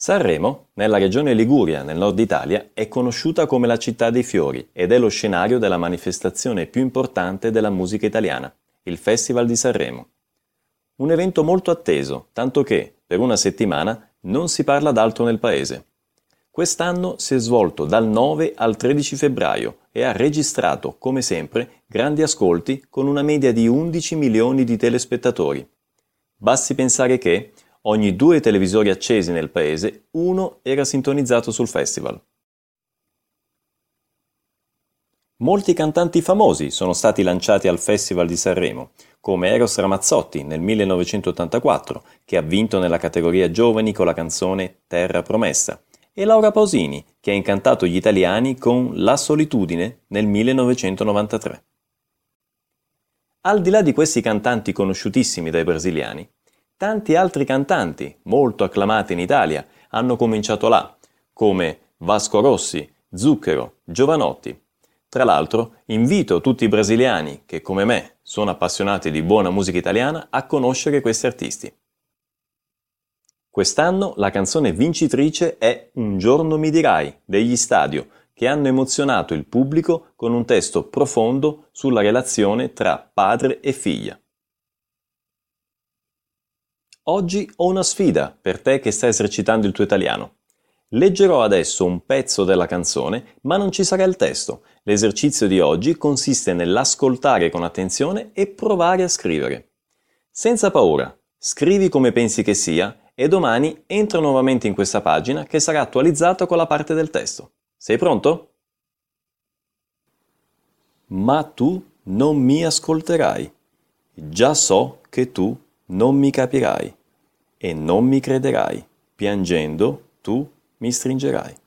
Sanremo, nella regione Liguria, nel nord Italia, è conosciuta come la città dei fiori ed è lo scenario della manifestazione più importante della musica italiana, il Festival di Sanremo. Un evento molto atteso, tanto che, per una settimana, non si parla d'altro nel paese. Quest'anno si è svolto dal 9 al 13 febbraio e ha registrato, come sempre, grandi ascolti con una media di 11 milioni di telespettatori. Basti pensare che, ogni 2 televisori accesi nel paese, uno era sintonizzato sul festival. Molti cantanti famosi sono stati lanciati al Festival di Sanremo, come Eros Ramazzotti nel 1984, che ha vinto nella categoria giovani con la canzone Terra Promessa, e Laura Pausini, che ha incantato gli italiani con La Solitudine nel 1993. Al di là di questi cantanti conosciutissimi dai brasiliani, tanti altri cantanti, molto acclamati in Italia, hanno cominciato là, come Vasco Rossi, Zucchero, Jovanotti. Tra l'altro, invito tutti i brasiliani, che come me sono appassionati di buona musica italiana, a conoscere questi artisti. Quest'anno la canzone vincitrice è Un giorno mi dirai, degli Stadio, che hanno emozionato il pubblico con un testo profondo sulla relazione tra padre e figlia. Oggi ho una sfida per te che stai esercitando il tuo italiano. Leggerò adesso un pezzo della canzone, ma non ci sarà il testo. L'esercizio di oggi consiste nell'ascoltare con attenzione e provare a scrivere. Senza paura, scrivi come pensi che sia e domani entra nuovamente in questa pagina che sarà attualizzata con la parte del testo. Sei pronto? Ma tu non mi ascolterai. Già so che tu non mi capirai e non mi crederai. Piangendo tu mi stringerai.